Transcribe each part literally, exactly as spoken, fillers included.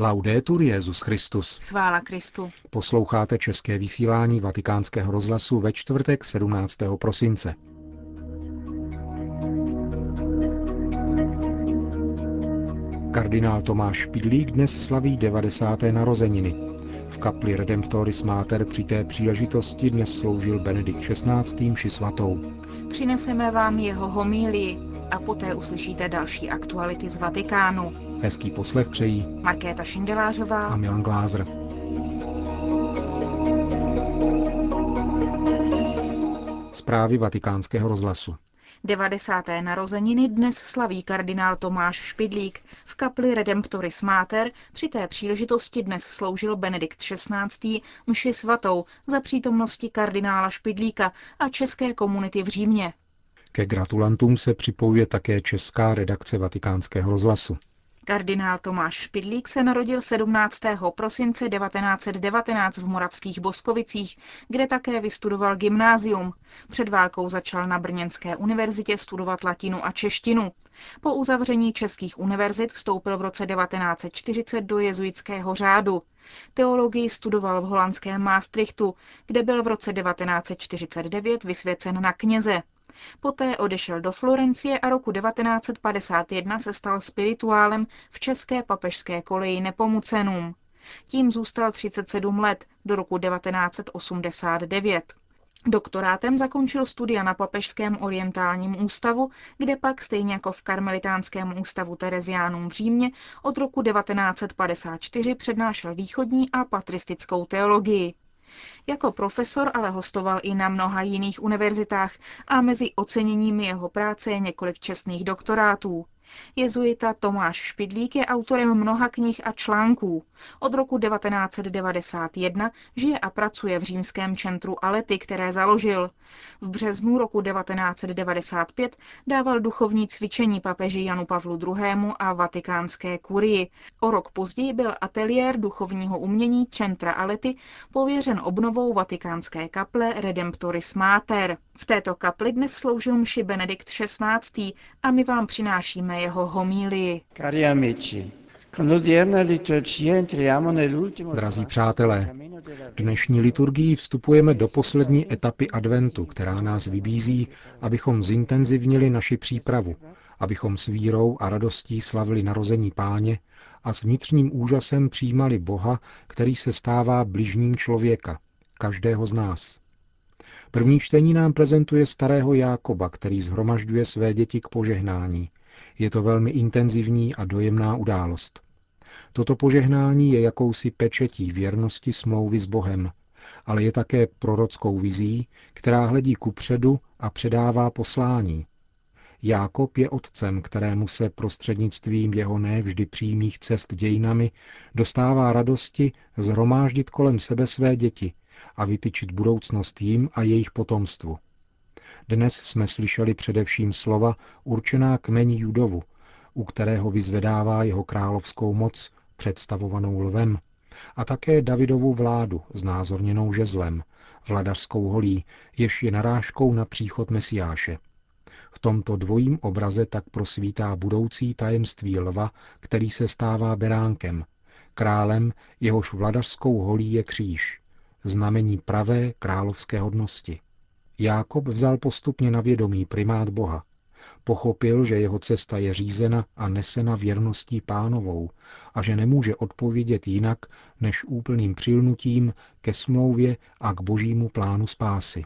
Laudetur Jesus Christus. Chvála Kristu. Posloucháte české vysílání Vatikánského rozhlasu ve čtvrtek sedmnáctého prosince. Kardinál Tomáš Špidlík dnes slaví devadesáté narozeniny. V kapli Redemptoris Mater při té příležitosti dnes sloužil Benedikt šestnáctý mši svatou. Přineseme vám jeho homílii a poté uslyšíte další aktuality z Vatikánu. Hezký poslech přejí Markéta Šindelářová a Milan Glázer. Zprávy Vatikánského rozhlasu. devadesáté narozeniny dnes slaví kardinál Tomáš Špidlík. V kapli Redemptoris Mater při té příležitosti dnes sloužil Benedikt šestnáctý mši svatou za přítomnosti kardinála Špidlíka a české komunity v Římě. Ke gratulantům se připojuje také česká redakce Vatikánského rozhlasu. Kardinál Tomáš Špidlík se narodil sedmnáctého prosince devatenáct set devatenáct v Moravských Boskovicích, kde také vystudoval gymnázium. Před válkou začal na Brněnské univerzitě studovat latinu a češtinu. Po uzavření českých univerzit vstoupil v roce devatenáct set čtyřicet do jezuitského řádu. Teologii studoval v holandském Maastrichtu, kde byl v roce devatenáct set čtyřicet devět vysvěcen na kněze. Poté odešel do Florencie a roku devatenáct set padesát jedna se stal spirituálem v české papežské koleji Nepomucenům. Tím zůstal třicet sedm let, do roku devatenáct set osmdesát devět. Doktorátem zakončil studia na Papežském orientálním ústavu, kde pak stejně jako v Karmelitánském ústavu Tereziánům v Římě od roku devatenáct set padesát čtyři přednášel východní a patristickou teologii. Jako profesor ale hostoval i na mnoha jiných univerzitách a mezi oceněními jeho práce je několik čestných doktorátů. Jezuita Tomáš Špidlík je autorem mnoha knih a článků. Od roku devatenáct set devadesát jedna žije a pracuje v římském centru Alety, které založil. V březnu roku devatenáct set devadesát pět dával duchovní cvičení papeži Janu Pavlu druhému a vatikánské kurii. O rok později byl ateliér duchovního umění centra Alety pověřen obnovou vatikánské kaple Redemptoris Mater. V této kapli dnes sloužil mši Benedikt šestnáctý a my vám přinášíme jeho homílii. Drazí přátelé, dnešní liturgií vstupujeme do poslední etapy adventu, která nás vybízí, abychom zintenzivnili naši přípravu, abychom s vírou a radostí slavili narození Páně a s vnitřním úžasem přijímali Boha, který se stává bližním člověka, každého z nás. První čtení nám prezentuje starého Jákoba, který shromažďuje své děti k požehnání. Je to velmi intenzivní a dojemná událost. Toto požehnání je jakousi pečetí věrnosti smlouvy s Bohem, ale je také prorockou vizí, která hledí kupředu a předává poslání. Jákob je otcem, kterému se prostřednictvím jeho nevždy přímých cest dějinami dostává radosti shromáždit kolem sebe své děti a vytyčit budoucnost jim a jejich potomstvu. Dnes jsme slyšeli především slova určená kmeni Judovu, u kterého vyzvedává jeho královskou moc, představovanou lvem, a také Davidovu vládu, znázorněnou žezlem, vladařskou holí, jež je narážkou na příchod Mesiáše. V tomto dvojím obraze tak prosvítá budoucí tajemství lva, který se stává beránkem, králem, jehož vladařskou holí je kříž, znamení pravé královské hodnosti. Jákob vzal postupně na vědomí primát Boha. Pochopil, že jeho cesta je řízena a nesena věrností Pánovou a že nemůže odpovědět jinak než úplným přilnutím ke smlouvě a k božímu plánu spásy.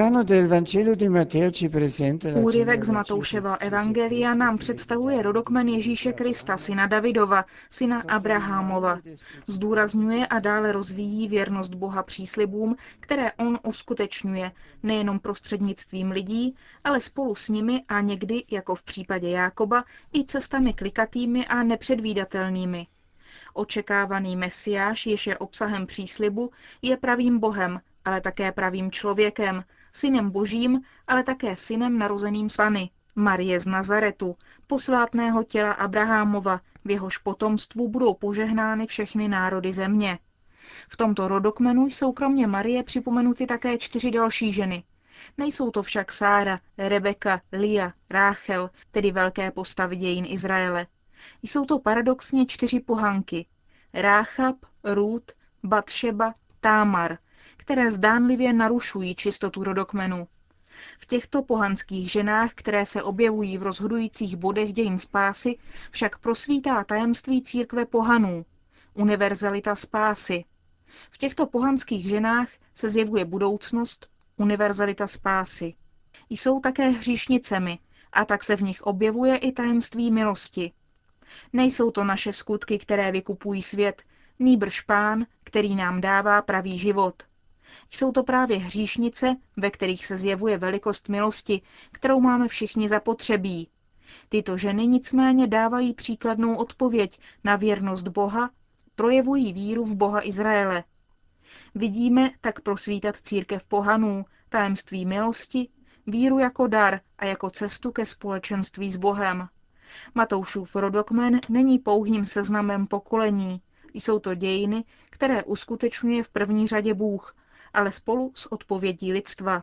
Úryvek z Matouševa evangelia nám představuje rodokmen Ježíše Krista, syna Davidova, syna Abrahamova. Zdůrazňuje a dále rozvíjí věrnost Boha příslibům, které on uskutečňuje, nejenom prostřednictvím lidí, ale spolu s nimi a někdy, jako v případě Jákoba, i cestami klikatými a nepředvídatelnými. Očekávaný Mesiáš, jež je obsahem příslibu, je pravým Bohem, ale také pravým člověkem, synem božím, ale také synem narozeným z Panny, Marie z Nazaretu, posvátného těla Abrahamova, v jehož potomstvu budou požehnány všechny národy země. V tomto rodokmenu jsou kromě Marie připomenuty také čtyři další ženy. Nejsou to však Sára, Rebeka, Lia, Ráchel, tedy velké postavy dějin Izraele. Jsou to paradoxně čtyři pohanky. Ráchab, Rút, Batšeba, Támar, které zdánlivě narušují čistotu rodokmenu. V těchto pohanských ženách, které se objevují v rozhodujících bodech dějin spásy, však prosvítá tajemství církve pohanů, univerzalita spásy. V těchto pohanských ženách se zjevuje budoucnost, univerzalita spásy. Jsou také hříšnicemi, a tak se v nich objevuje i tajemství milosti. Nejsou to naše skutky, které vykupují svět, nýbrž Pán, který nám dává pravý život. Jsou to právě hříšnice, ve kterých se zjevuje velikost milosti, kterou máme všichni zapotřebí. Tyto ženy nicméně dávají příkladnou odpověď na věrnost Boha, projevují víru v Boha Izraele. Vidíme tak prosvítat církev pohanů, tajemství milosti, víru jako dar a jako cestu ke společenství s Bohem. Matoušův rodokmen není pouhým seznamem pokolení. Jsou to dějiny, které uskutečňuje v první řadě Bůh, ale spolu s odpovědí lidstva.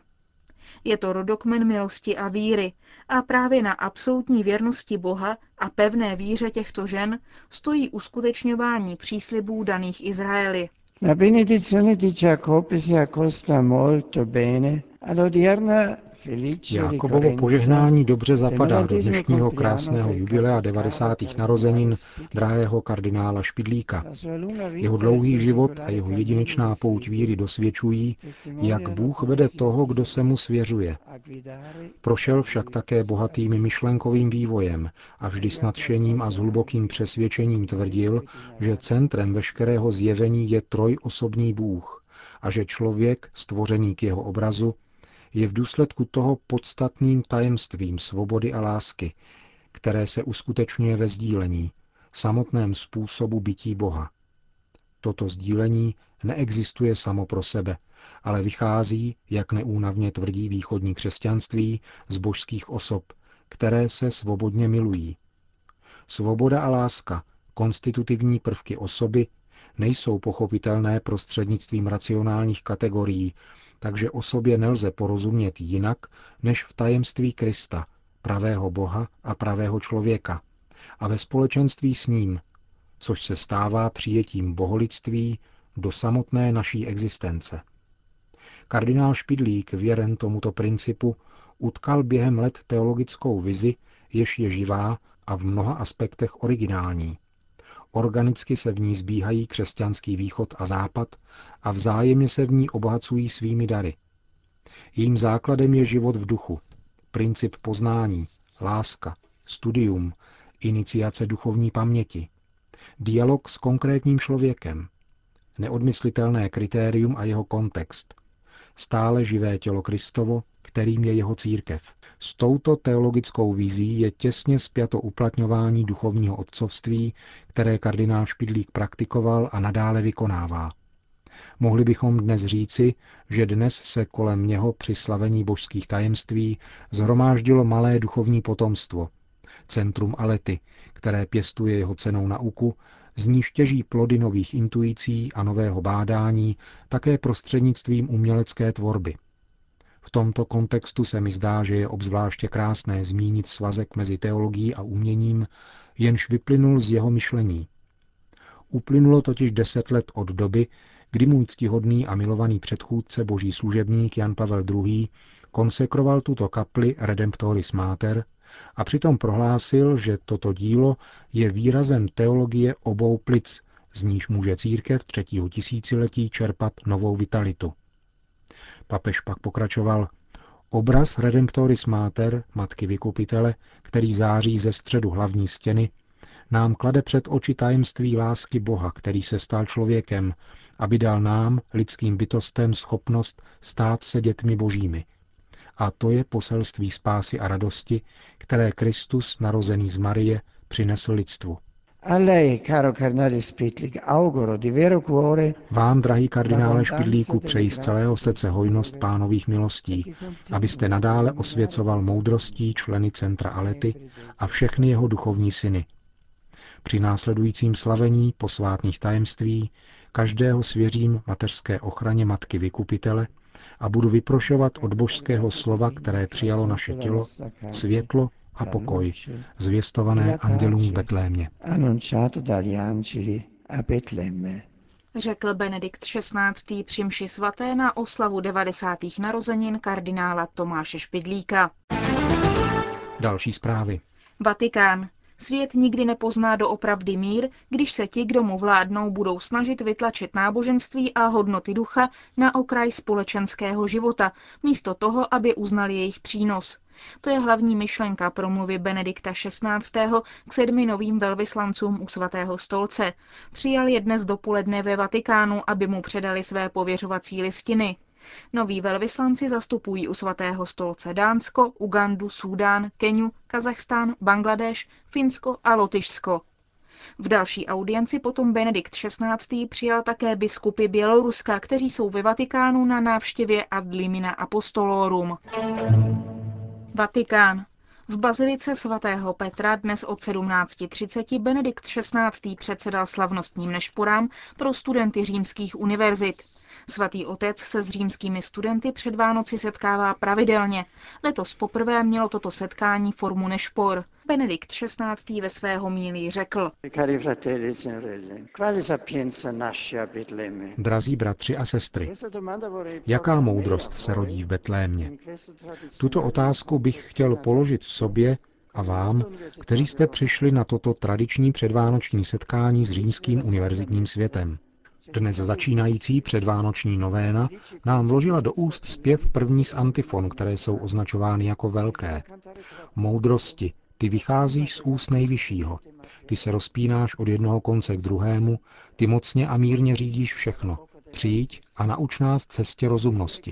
Je to rodokmen milosti a víry a právě na absolutní věrnosti Boha a pevné víře těchto žen stojí uskutečňování příslibů daných Izraeli. La benedizione di Giacobbe si accosta molto bene all'odierna felice Jákobovo ricorrenza požehnání dobře zapadá do novantesimo dnešního compleanno krásného del jubilea caro devadesátých cardinale narozenin Spitler. drahého kardinála Špidlíka. La sua lunga Jeho vita e il dlouhý suo život a singolare jeho cammino jedinečná di pouť víry fede dosvědčují, jak testimoniano Bůh come vede si toho, kdo fatica se mu svěřuje. a guidare i Prošel však fedeli také sulla bohatým via myšlenkovým vývojem a vždy s nadšením a s hlubokým přesvědčením tvrdil, že centrem veškerého zjevení je trojosobný Bůh a že člověk, stvořený k jeho obrazu, je v důsledku toho podstatným tajemstvím svobody a lásky, které se uskutečňuje ve sdílení, samotném způsobu bytí Boha. Toto sdílení neexistuje samo pro sebe, ale vychází, jak neúnavně tvrdí východní křesťanství, z božských osob, které se svobodně milují. Svoboda a láska, konstitutivní prvky osoby, nejsou pochopitelné prostřednictvím racionálních kategorií, takže osobě nelze porozumět jinak, než v tajemství Krista, pravého Boha a pravého člověka, a ve společenství s ním, což se stává přijetím bohulidství do samotné naší existence. Kardinál Špidlík, věren tomuto principu, utkal během let teologickou vizi, jež je živá a v mnoha aspektech originální. Organicky se v ní zbíhají křesťanský východ a západ a vzájemně se v ní obohacují svými dary. Jejím základem je život v duchu, princip poznání, láska, studium, iniciace duchovní paměti, dialog s konkrétním člověkem, neodmyslitelné kritérium a jeho kontext, stále živé tělo Kristovo, kterým je jeho církev. S touto teologickou vizí je těsně spjato uplatňování duchovního otcovství, které kardinál Špidlík praktikoval a nadále vykonává. Mohli bychom dnes říci, že dnes se kolem něho při slavení božských tajemství zhromáždilo malé duchovní potomstvo, centrum Alety, které pěstuje jeho cennou nauku, z níž těží plody nových intuicí a nového bádání také prostřednictvím umělecké tvorby. V tomto kontextu se mi zdá, že je obzvláště krásné zmínit svazek mezi teologií a uměním, jenž vyplynul z jeho myšlení. Uplynulo totiž deset let od doby, kdy můj ctihodný a milovaný předchůdce boží služebník Jan Pavel druhý. konsekroval tuto kapli Redemptoris Mater a přitom prohlásil, že toto dílo je výrazem teologie obou plic, z níž může církev třetího tisíciletí čerpat novou vitalitu. Papež pak pokračoval: obraz Redemptoris Mater, matky vykupitele, který září ze středu hlavní stěny, nám klade před oči tajemství lásky Boha, který se stal člověkem, aby dal nám, lidským bytostem, schopnost stát se dětmi božími. A to je poselství spásy a radosti, které Kristus, narozený z Marie, přinesl lidstvu. Vám, drahý kardinále Špidlíku, přeji z celého srdce hojnost Pánových milostí, abyste nadále osvěcoval moudrostí členy centra Alety a všechny jeho duchovní syny. Při následujícím slavení posvátných tajemství každého svěřím mateřské ochraně matky vykupitele a budu vyprošovat od božského slova, které přijalo naše tělo, světlo a pokoj, zvěstované andělům v Betlémě. a Betlemme. Řekl Benedikt šestnáctý při mši svaté na oslavu devadesátých narozenin kardinála Tomáše Špidlíka. Další zprávy. Vatikán. Svět nikdy nepozná doopravdy mír, když se ti, kdo mu vládnou, budou snažit vytlačit náboženství a hodnoty ducha na okraj společenského života, místo toho, aby uznali jejich přínos. To je hlavní myšlenka promluvy Benedikta šestnáctého k sedmi novým velvyslancům u svatého stolce. Přijal je dnes dopoledne ve Vatikánu, aby mu předali své pověřovací listiny. Noví velvyslanci zastupují u svatého stolce Dánsko, Ugandu, Súdán, Keniu, Kazachstán, Bangladéš, Finsko a Lotyšsko. V další audienci potom Benedikt šestnáctý přijal také biskupy Běloruska, kteří jsou ve Vatikánu na návštěvě ad limina apostolorum. Vatikán. V bazilice svatého Petra dnes od sedmnáct třicet Benedikt šestnáctý předsedal slavnostním nešporám pro studenty římských univerzit. Svatý otec se s římskými studenty před Vánoci setkává pravidelně. Letos poprvé mělo toto setkání formu nešpor. Benedikt šestnáctý ve své homílii řekl: Drazí bratři a sestry, jaká moudrost se rodí v Betlémě? Tuto otázku bych chtěl položit sobě a vám, kteří jste přišli na toto tradiční předvánoční setkání s římským univerzitním světem. Dnes začínající předvánoční novéna nám vložila do úst zpěv první z antifon, které jsou označovány jako velké. Moudrosti, ty vycházíš z úst nejvyššího. Ty se rozpínáš od jednoho konce k druhému, ty mocně a mírně řídíš všechno. Přijď a nauč nás cestě rozumnosti.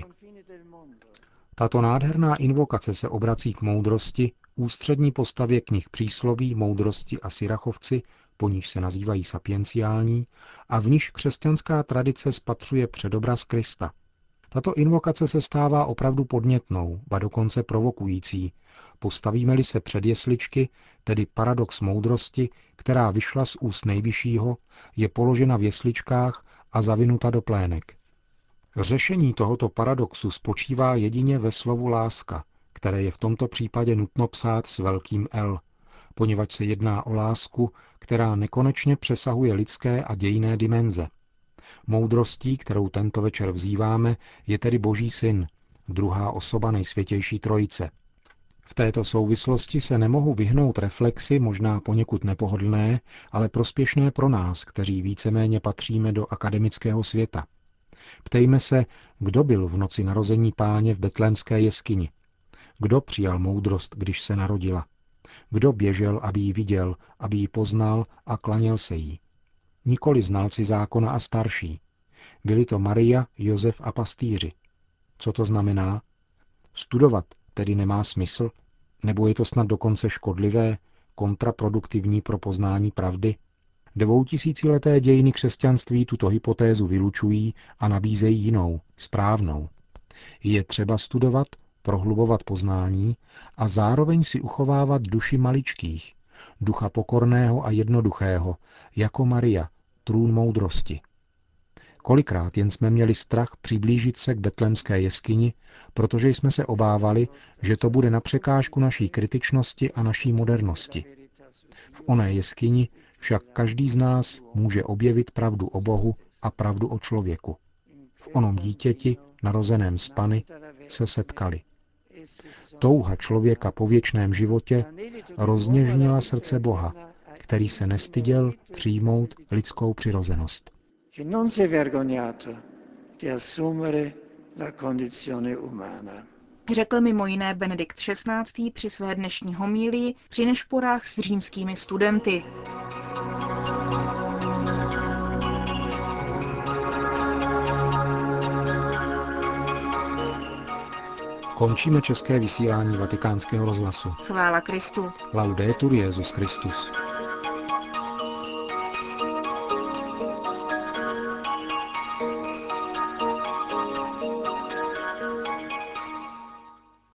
Tato nádherná invokace se obrací k moudrosti, ústřední postavě knih přísloví, moudrosti a Sirachovci, po níž se nazývají sapienciální, a v níž křesťanská tradice spatřuje předobraz Krista. Tato invokace se stává opravdu podnětnou, ba dokonce provokující. Postavíme-li se před jesličky, tedy paradox moudrosti, která vyšla z úst nejvyššího, je položena v jesličkách a zavinuta do plének. Řešení tohoto paradoxu spočívá jedině ve slovu láska, které je v tomto případě nutno psát s velkým L, poněvadž se jedná o lásku, která nekonečně přesahuje lidské a dějinné dimenze. Moudrostí, kterou tento večer vzýváme, je tedy Boží syn, druhá osoba Nejsvětější Trojice. V této souvislosti se nemohu vyhnout reflexi, možná poněkud nepohodlné, ale prospěšné pro nás, kteří víceméně patříme do akademického světa. Ptejme se, kdo byl v noci narození Páně v betlémské jeskyni. Kdo přijal moudrost, když se narodila? Kdo běžel, aby ji viděl, aby ji poznal a klaněl se jí? Nikoli znalci zákona a starší. Byli to Maria, Josef a pastýři. Co to znamená? Studovat tedy nemá smysl? Nebo je to snad dokonce škodlivé, kontraproduktivní pro poznání pravdy? Dvoutisícileté dějiny křesťanství tuto hypotézu vylučují a nabízejí jinou, správnou. Je třeba studovat, prohlubovat poznání a zároveň si uchovávat duši maličkých, ducha pokorného a jednoduchého, jako Maria, trůn moudrosti. Kolikrát jen jsme měli strach přiblížit se k betlémské jeskyni, protože jsme se obávali, že to bude na překážku naší kritičnosti a naší modernosti. V oné jeskyni však každý z nás může objevit pravdu o Bohu a pravdu o člověku. V onom dítěti, narozeném z Panny, se setkali. Touha člověka po věčném životě rozněžnila srdce Boha, který se nestyděl přijmout lidskou přirozenost. Řekl mimo jiné Benedikt šestnáctý při své dnešní homílii při nešporách s římskými studenty. Končíme české vysílání Vatikánského rozhlasu. Chvála Kristu. Laudetur Jesus Christus.